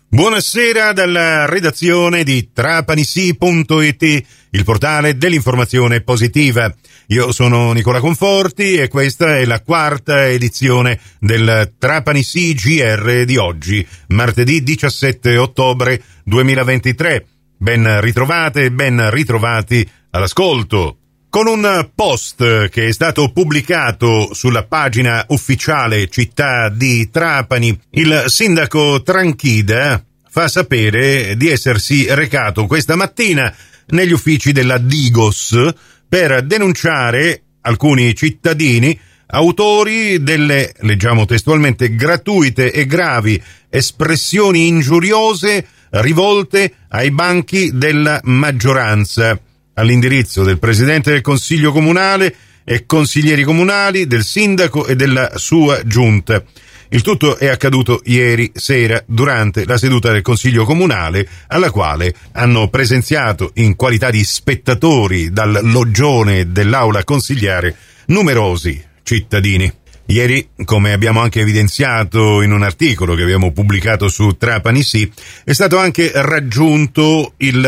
Buonasera dalla redazione di trapanisi.it, il portale dell'informazione positiva. Io sono Nicola Conforti e questa è la quarta edizione del Trapanisi GR di oggi, martedì 17 ottobre 2023. Ben ritrovate e ben ritrovati all'ascolto. Con un post che è stato pubblicato sulla pagina ufficiale Città di Trapani, il sindaco Tranchida fa sapere di essersi recato questa mattina negli uffici della Digos per denunciare alcuni cittadini autori delle, leggiamo testualmente, gratuite e gravi espressioni ingiuriose rivolte ai banchi della maggioranza, all'indirizzo del Presidente del Consiglio Comunale e consiglieri comunali, del sindaco e della sua giunta. Il tutto è accaduto ieri sera durante la seduta del Consiglio Comunale, alla quale hanno presenziato in qualità di spettatori dal loggione dell'aula consigliare numerosi cittadini. Ieri, come abbiamo anche evidenziato in un articolo che abbiamo pubblicato su Trapanisi, è stato anche raggiunto il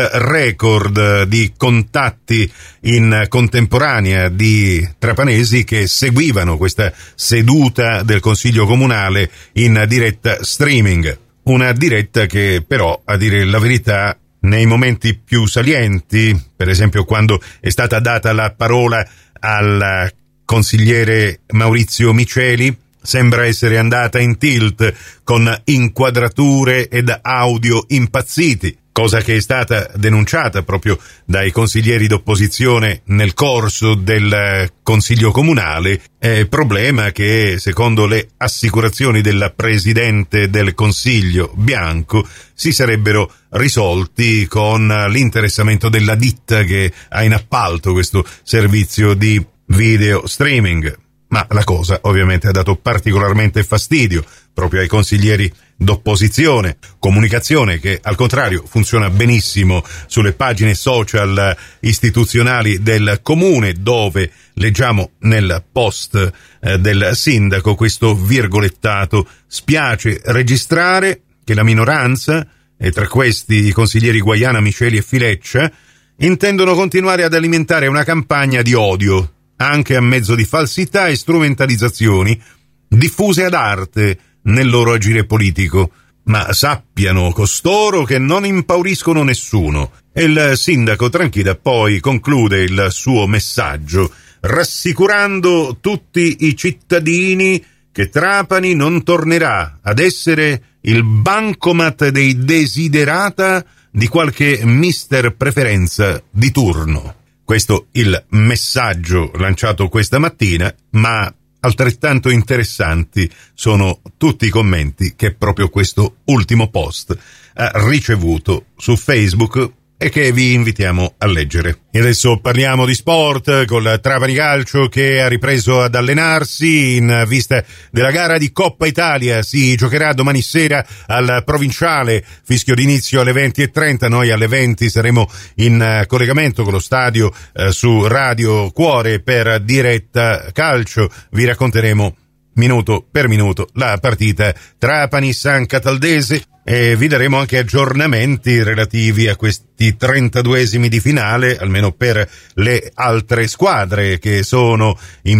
record di contatti in contemporanea di trapanesi che seguivano questa seduta del Consiglio Comunale in diretta streaming. Una diretta che però, a dire la verità, nei momenti più salienti, per esempio quando è stata data la parola al consigliere Maurizio Miceli, sembra essere andata in tilt con inquadrature ed audio impazziti, cosa che è stata denunciata proprio dai consiglieri d'opposizione nel corso del Consiglio Comunale, problema che, secondo le assicurazioni della Presidente del Consiglio Bianco, si sarebbero risolti con l'interessamento della ditta che ha in appalto questo servizio di video streaming. Ma la cosa ovviamente ha dato particolarmente fastidio proprio ai consiglieri d'opposizione, comunicazione che al contrario funziona benissimo sulle pagine social istituzionali del comune, dove leggiamo nel post del sindaco questo virgolettato: spiace registrare che la minoranza, e tra questi i consiglieri Guaiana, Miceli e Fileccia, intendono continuare ad alimentare una campagna di odio, anche a mezzo di falsità e strumentalizzazioni diffuse ad arte nel loro agire politico. Ma sappiano costoro che non impauriscono nessuno. E il sindaco Tranchida poi conclude il suo messaggio rassicurando tutti i cittadini che Trapani non tornerà ad essere il bancomat dei desiderata di qualche mister preferenza di turno. Questo il messaggio lanciato questa mattina, ma altrettanto interessanti sono tutti i commenti che proprio questo ultimo post ha ricevuto su Facebook e che vi invitiamo a leggere. E adesso parliamo di sport col Trapani Calcio, che ha ripreso ad allenarsi in vista della gara di Coppa Italia. Si giocherà domani sera al Provinciale, fischio d'inizio alle 20:30. Noi alle 20 saremo in collegamento con lo stadio su Radio Cuore per Diretta Calcio. Vi racconteremo minuto per minuto la partita Trapani-San Cataldese e vi daremo anche aggiornamenti relativi a questi 32esimi di finale, almeno per le altre squadre che sono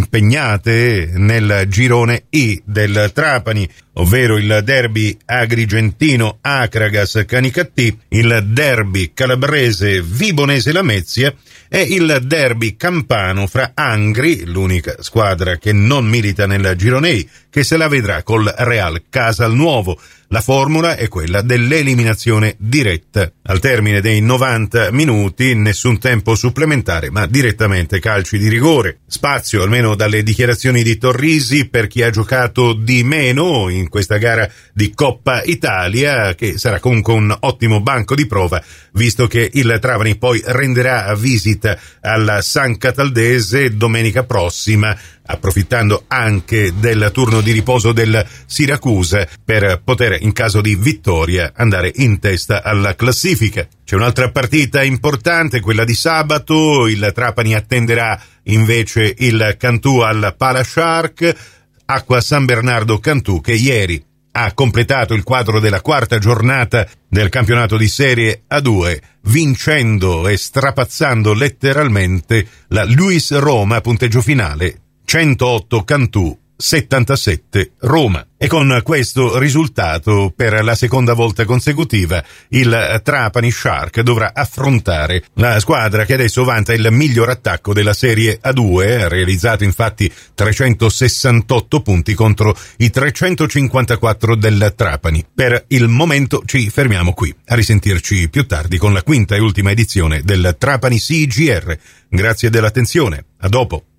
impegnate nel girone I del Trapani, ovvero il derby agrigentino Acragas Canicattì, il derby calabrese Vibonese Lamezia e il derby campano fra Angri, l'unica squadra che non milita nel girone I, che se la vedrà col Real Casalnuovo. La formula è quella dell'eliminazione diretta. Al termine dei 90 minuti, nessun tempo supplementare, ma direttamente calci di rigore. Spazio, almeno dalle dichiarazioni di Torrisi, per chi ha giocato di meno in questa gara di Coppa Italia, che sarà comunque un ottimo banco di prova, visto che il Trapani poi renderà visita alla San Cataldese domenica prossima, approfittando anche del turno di riposo del Siracusa per poter, in caso di vittoria, andare in testa alla classifica. C'è un'altra partita importante, quella di sabato. Il Trapani attenderà invece il Cantù al Pala Shark, Acqua San Bernardo Cantù, che ieri ha completato il quadro della quarta giornata del campionato di Serie A2, vincendo e strapazzando letteralmente la Luis Roma, punteggio finale 108 Cantù 77 Roma. E con questo risultato, per la seconda volta consecutiva, il Trapani Shark dovrà affrontare la squadra che adesso vanta il miglior attacco della Serie A2, ha realizzato infatti 368 punti contro i 354 del Trapani. Per il momento ci fermiamo qui, a risentirci più tardi con la quinta e ultima edizione del Trapani CGR. Grazie dell'attenzione, a dopo.